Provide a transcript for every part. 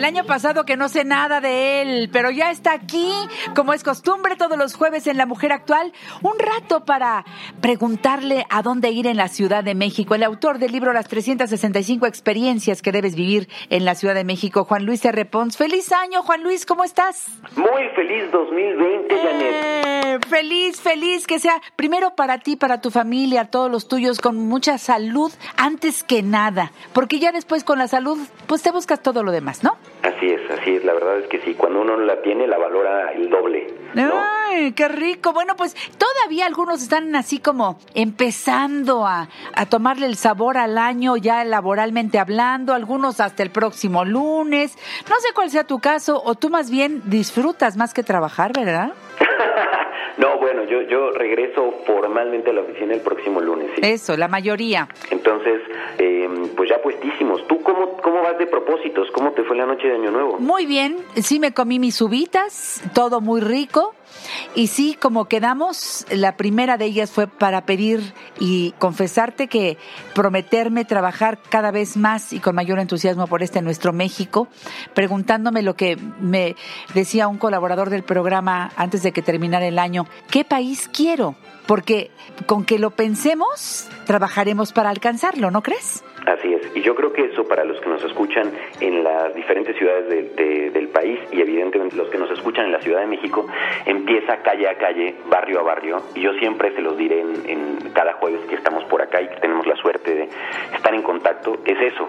el año pasado que no sé nada de él, pero ya está aquí, como es costumbre, todos los jueves en La Mujer Actual, un rato para preguntarle a dónde ir en la Ciudad de México. El autor del libro Las 365 experiencias que debes vivir en la Ciudad de México, Juan Luis R. Pons. ¡Feliz año, Juan Luis! ¿Cómo estás? Muy feliz 2020, Janet. Feliz, que sea primero para ti, para tu familia, todos los tuyos, con mucha salud antes que nada, porque ya después con la salud, pues te buscas todo lo demás, ¿no? Así es, la verdad es que sí, cuando uno la tiene, la valora el doble, ¿no? ¡Ay, qué rico! Bueno, pues todavía algunos están así como empezando a tomarle el sabor al año, ya laboralmente hablando, algunos hasta el próximo lunes. No sé cuál sea tu caso, o tú más bien disfrutas más que trabajar, ¿verdad? No, bueno, yo regreso formalmente a la oficina el próximo lunes, ¿sí? Eso, la mayoría. Entonces, pues ya puestísimos. ¿Tú cómo vas de propósitos? ¿Cómo te fue la noche de Año Nuevo? Muy bien, sí me comí mis uvitas, todo muy rico. Y sí, como quedamos, la primera de ellas fue para pedir y confesarte que prometerme trabajar cada vez más y con mayor entusiasmo por nuestro México, preguntándome lo que me decía un colaborador del programa antes de que terminara el año, ¿qué país quiero? Porque con que lo pensemos, trabajaremos para alcanzarlo, ¿no crees? Así es, y yo creo que eso para los que nos escuchan en las diferentes ciudades del país y evidentemente los que nos escuchan en la Ciudad de México, empieza calle a calle, barrio a barrio, y yo siempre se los diré en cada jueves que estamos por acá y que tenemos la suerte de estar en contacto, es eso,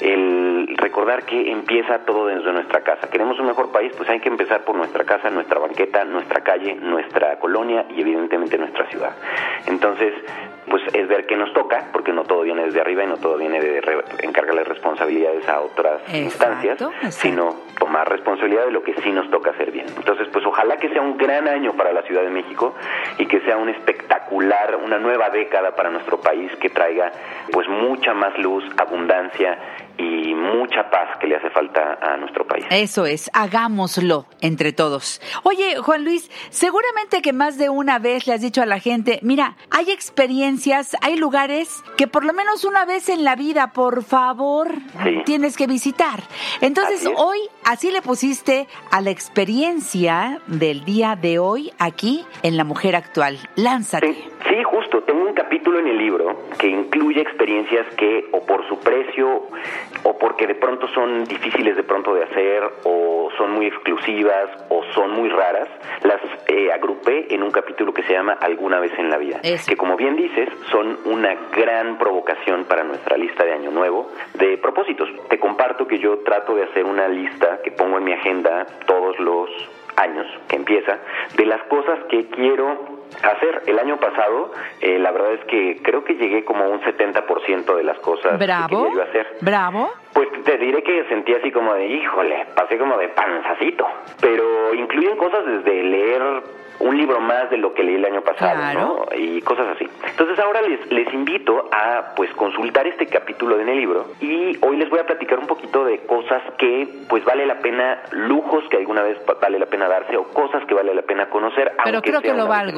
el recordar que empieza todo desde nuestra casa. ¿Queremos un mejor país? Pues hay que empezar por nuestra casa, nuestra banqueta, nuestra calle, nuestra colonia y evidentemente nuestra ciudad. Entonces, pues es ver qué nos toca, porque no todo viene desde arriba y no todo viene de encargarle responsabilidades a otras instancias, sino tomar responsabilidad de lo que sí nos toca hacer bien. Entonces, pues ojalá que sea un gran año para la Ciudad de México y que sea un espectacular, una nueva década para nuestro país que traiga pues mucha más luz, abundancia y mucha paz que le hace falta a nuestro país. Eso es, hagámoslo entre todos. Oye, Juan Luis, seguramente que más de una vez le has dicho a la gente, mira, hay experiencias, hay lugares que por lo menos una vez en la vida, por favor, tienes que visitar. Entonces, hoy así le pusiste a la experiencia del día de hoy aquí en La Mujer Actual. Lánzate. Sí, justo. Tengo un capítulo en el libro que incluye experiencias que o por su precio o porque de pronto son difíciles de pronto de hacer o son muy exclusivas o son muy raras, las agrupé en un capítulo que se llama Alguna vez en la vida. Que como bien dices, son una gran provocación para nuestra lista de Año Nuevo de propósitos. Te comparto que yo trato de hacer una lista que pongo en mi agenda todos los años que empieza, de las cosas que quiero hacer. El año pasado, la verdad es que creo que llegué como a un 70% de las cosas que quería yo hacer. ¡Bravo! Pues te diré que sentí así como de, híjole, pasé como de panzacito. Pero incluyen cosas desde leer un libro más de lo que leí el año pasado, ¿no? Y cosas así. Entonces ahora les invito a pues consultar este capítulo en el libro y hoy les voy a platicar un poquito de cosas que pues vale la pena, lujos que alguna vez vale la pena darse o cosas que vale la pena conocer. Pero creo que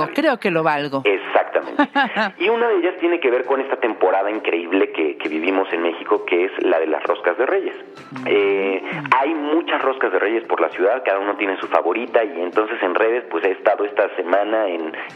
lo valgo. Exactamente. Y una de ellas tiene que ver con esta temporada increíble que vivimos en México, que es la de las roscas de Reyes. Hay muchas roscas de Reyes por la ciudad, cada uno tiene su favorita y entonces en redes pues he estado esta semana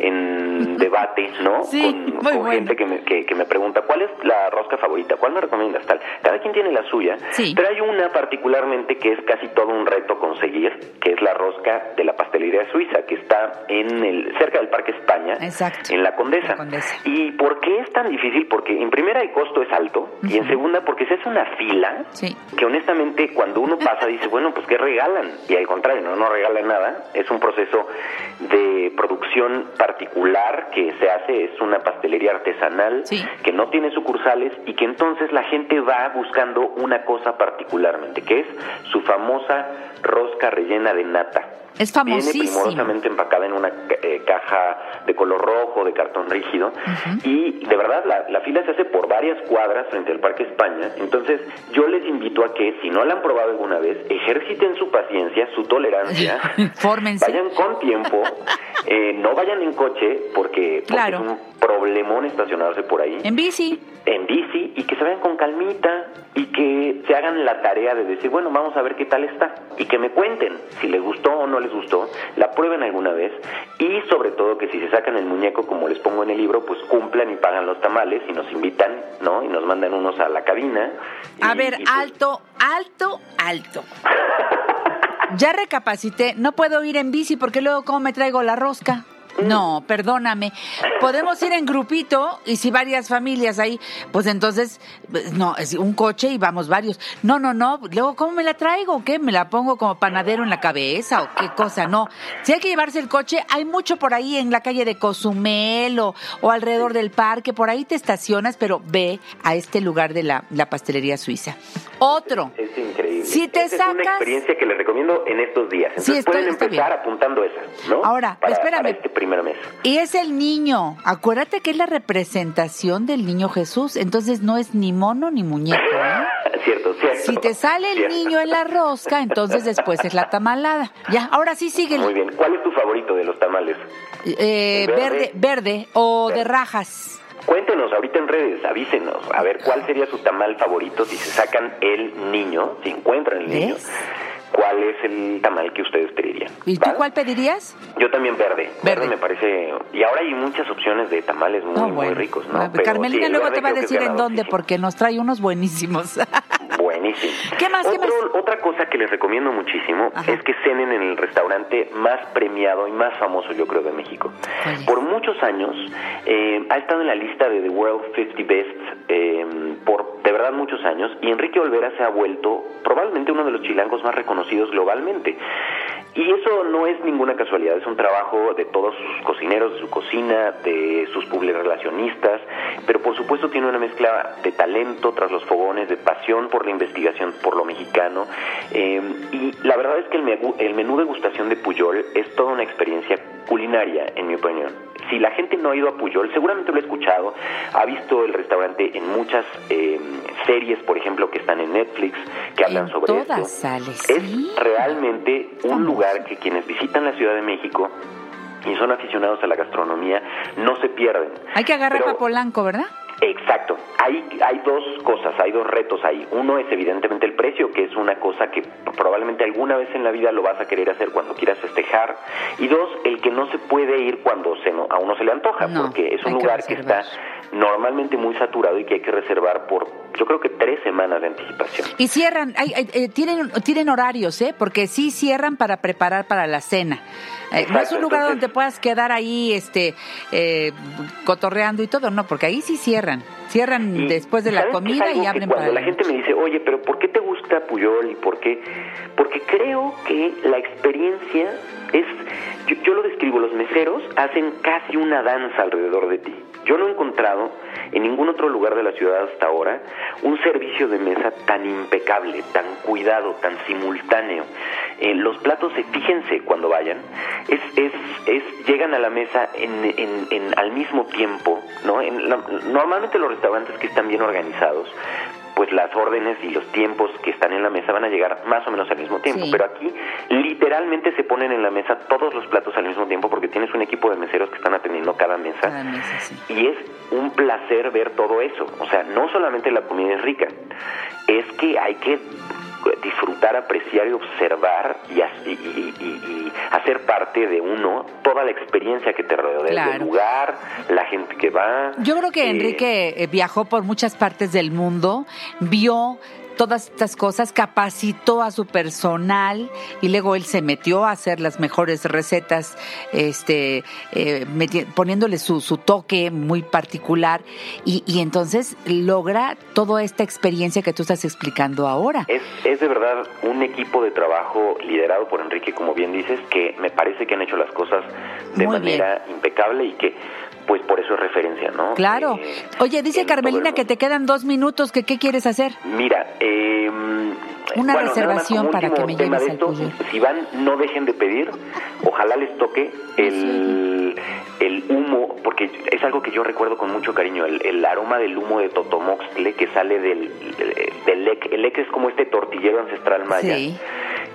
en debate, ¿no? Sí, con gente que me pregunta, ¿cuál es la rosca favorita? ¿Cuál me recomiendas? Tal. Cada quien tiene la suya, pero hay una particularmente que es casi todo un reto conseguir, que es la rosca de la pastelería suiza, que está cerca del Parque España, en la Condesa. ¿Y por qué es tan difícil? Porque en primera el costo es alto, y en segunda porque se hace una fila que honestamente cuando uno pasa dice, bueno, pues ¿qué regalan? Y al contrario, no regalan nada, es un proceso de producción particular que se hace, es una pastelería artesanal que no tiene sucursales y que entonces la gente va buscando una cosa particularmente, que es su famosa rosca rellena de nata. Es famosísimo. Viene primorosamente empacada en una caja de color rojo, de cartón rígido, y de verdad la fila se hace por varias cuadras frente al Parque España. Entonces yo les invito a que, si no la han probado alguna vez, ejerciten su paciencia, su tolerancia, fórmense, vayan con tiempo, no vayan en coche porque es un problemón estacionarse por ahí. En bici. En bici, y que se vayan con calmita y que se hagan la tarea de decir, bueno, vamos a ver qué tal está, y que me cuenten si les gustó o no les gustó, la prueben alguna vez, y sobre todo que si se sacan el muñeco, como les pongo en el libro, pues cumplan y pagan los tamales y nos invitan, ¿no? Y nos mandan unos a la cabina. A ver, pues... alto. Ya recapacité, no puedo ir en bici porque luego ¿cómo me traigo la rosca? No, perdóname. Podemos ir en grupito y si varias familias ahí, pues entonces, no, es un coche y vamos varios. No. Luego, ¿cómo me la traigo? ¿Qué? ¿Me la pongo como panadero en la cabeza o qué cosa? No. Si hay que llevarse el coche, hay mucho por ahí en la calle de Cozumel o alrededor del parque. Por ahí te estacionas, pero ve a este lugar de la pastelería suiza. Otro. Es increíble. Si te Esa sacas... es una experiencia que les recomiendo en estos días. Entonces pueden empezar apuntando esa, ¿no? Ahora, espérame. Para este primer mes. Y es el niño. Acuérdate que es la representación del niño Jesús. Entonces no es ni mono ni muñeco, ¿eh? Cierto. Si te sale el niño en la rosca, entonces después es la tamalada. Ya, ahora sí síguele. Muy bien. ¿Cuál es tu favorito de los tamales? Verde o de rajas. Cuéntenos ahorita en redes, avísenos, a ver cuál sería su tamal favorito si se sacan el niño, si encuentran el niño. ¿Cuál es el tamal que ustedes pedirían? ¿Y tú cuál pedirías? Yo también verde. Verde me parece... Y ahora hay muchas opciones de tamales muy ricos, ¿no? Pero Carmelina sí, luego te va a decir en dónde, porque nos trae unos buenísimos. Buenísimo. ¿Qué más? Otra cosa que les recomiendo muchísimo es que cenen en el restaurante más premiado y más famoso, yo creo, de México. Por muchos años ha estado en la lista de The World 50 Best por de verdad muchos años, y Enrique Olvera se ha vuelto probablemente uno de los chilangos más reconocidos globalmente. Y eso no es ninguna casualidad, es un trabajo de todos sus cocineros, de su cocina, de sus publirelacionistas, pero por supuesto tiene una mezcla de talento tras los fogones, de pasión por la investigación, por lo mexicano, y la verdad es que el menú degustación de Pujol es toda una experiencia culinaria, en mi opinión. Si la gente no ha ido a Pujol, seguramente lo ha escuchado, ha visto el restaurante en muchas series, por ejemplo, que están en Netflix, que hablan sobre esto. Es realmente un lugar que quienes visitan la Ciudad de México y son aficionados a la gastronomía no se pierden. Hay que agarrar para Polanco, ¿verdad? Exacto. Hay dos cosas, hay dos retos ahí. Uno es evidentemente el precio, que es una cosa que probablemente alguna vez en la vida lo vas a querer hacer cuando quieras festejar. Y dos, el que no se puede ir cuando a uno se le antoja, porque es un lugar que está normalmente muy saturado y que hay que reservar por, yo creo que 3 semanas de anticipación. Y cierran, tienen horarios, porque sí cierran para preparar para la cena. No es un lugar donde puedas quedar ahí cotorreando y todo, no, porque ahí sí cierran después de la comida y abren para... Cuando la gente me dice, oye, pero ¿por qué te gusta Pujol? ¿Y por qué? Porque creo que la experiencia es... Yo lo describo, los meseros hacen casi una danza alrededor de ti. Yo no he encontrado en ningún otro lugar de la ciudad hasta ahora un servicio de mesa tan impecable, tan cuidado, tan simultáneo. Los platos, fíjense cuando vayan, llegan a la mesa al mismo tiempo, ¿no? Normalmente los restaurantes que están bien organizados, pues las órdenes y los tiempos que están en la mesa van a llegar más o menos al mismo tiempo, pero aquí literalmente se ponen en la mesa todos los platos al mismo tiempo porque tienes un equipo de meseros que están atendiendo cada mesa, y es un placer ver todo eso. O sea, no solamente la comida es rica, es que hay que disfrutar, apreciar y observar y hacer parte de uno toda la experiencia que te rodea, del lugar, la gente que va. Yo creo que Enrique viajó por muchas partes del mundo, vio todas estas cosas, capacitó a su personal y luego él se metió a hacer las mejores recetas, poniéndole su toque muy particular y entonces logra toda esta experiencia que tú estás explicando ahora. Es de verdad un equipo de trabajo liderado por Enrique, como bien dices, que me parece que han hecho las cosas de muy manera impecable y que pues por eso es referencia, ¿no? Claro. Oye, dice Carmelina que te quedan 2 minutos, que ¿qué quieres hacer? Mira, una reservación para que me lleves al Pujol. Si van, no dejen de pedir. Ojalá les toque el humo, porque es algo que yo recuerdo con mucho cariño, el aroma del humo de Totomoxtle que sale del EC. El EC es como este tortillero ancestral maya. Sí.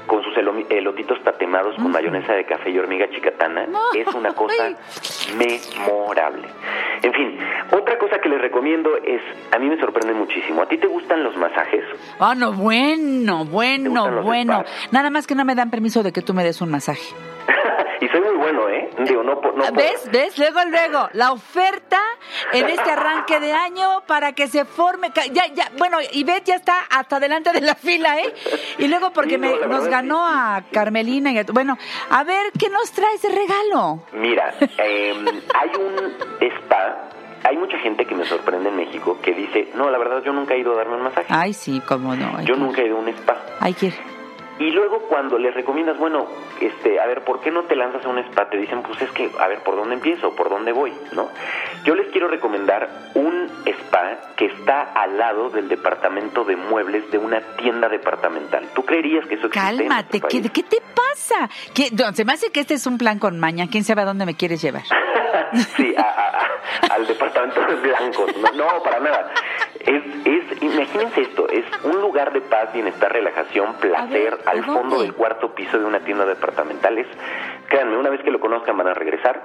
con sus elotitos tatemados con mayonesa de café y hormiga chicatana, es una cosa memorable. En fin, otra cosa que les recomiendo es, a mí me sorprende muchísimo. ¿A ti te gustan los masajes? Ah, no, bueno. Nada más que no me dan permiso de que tú me des un masaje. Y soy muy bueno, ¿eh? Digo, no ¿Ves? Luego, la oferta en este arranque de año para que se forme... Ya, bueno, Ivette ya está hasta delante de la fila, ¿eh? Y luego porque sí, nos ganó a Carmelina. Bueno, a ver, ¿qué nos traes de regalo? Mira, hay un spa... Hay mucha gente que me sorprende en México que dice, no, la verdad yo nunca he ido a darme un masaje. Ay, sí, cómo no. Yo nunca he ido a un spa. Hay que ir. Y luego cuando les recomiendas, bueno, a ver, ¿por qué no te lanzas a un spa? Te dicen, pues es que, a ver, ¿por dónde empiezo? ¿Por dónde voy? ¿No? Yo les quiero recomendar un spa que está al lado del departamento de muebles de una tienda departamental. ¿Tú creerías que eso existe? Cálmate, en este país? ¿qué te pasa? Se me hace que este es un plan con maña. ¿Quién sabe a dónde me quieres llevar? Sí, al departamento de blancos. No, para nada. Imagínense esto, es un lugar de paz, bienestar, relajación, placer, al fondo del cuarto piso de una tienda departamental. Créanme, una vez que lo conozcan van a regresar.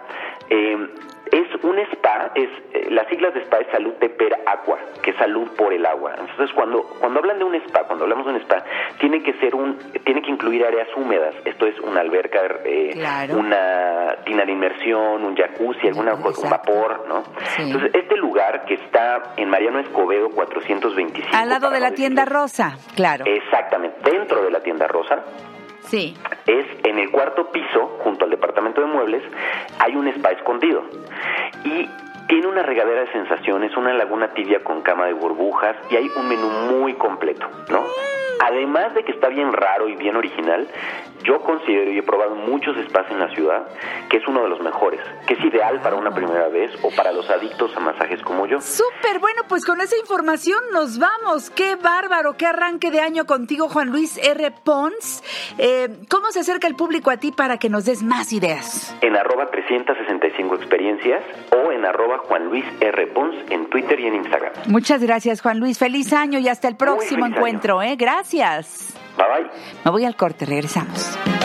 Es un spa, las siglas de spa es Salud de Per Aqua, que es salud por el agua. Entonces, cuando hablan de un spa, cuando hablamos de un spa, tiene que incluir áreas húmedas. Esto es una alberca, claro, una tina de inmersión, un jacuzzi, un vapor, ¿no? Sí. Entonces, este lugar que está en Mariano Escobedo 425. Al lado de la tienda rosa, claro. Exactamente, dentro de la tienda rosa. Sí. Es en el cuarto piso, junto al departamento de muebles, hay un spa escondido. Y tiene una regadera de sensaciones, una laguna tibia con cama de burbujas y hay un menú muy completo, ¿no? Además de que está bien raro y bien original, yo considero, y he probado muchos spas en la ciudad, que es uno de los mejores, que es ideal para una primera vez o para los adictos a masajes como yo. Súper, bueno, pues con esa información nos vamos. ¡Qué bárbaro! ¡Qué arranque de año contigo, Juan Luis R. Pons! ¿Cómo se acerca el público a ti para que nos des más ideas? En @365experiencias o en @Juan Luis R. Pons en Twitter y en Instagram. Muchas gracias, Juan Luis. Feliz año y hasta el próximo encuentro, ¿eh? Gracias. Bye, bye. Me voy al corte, regresamos.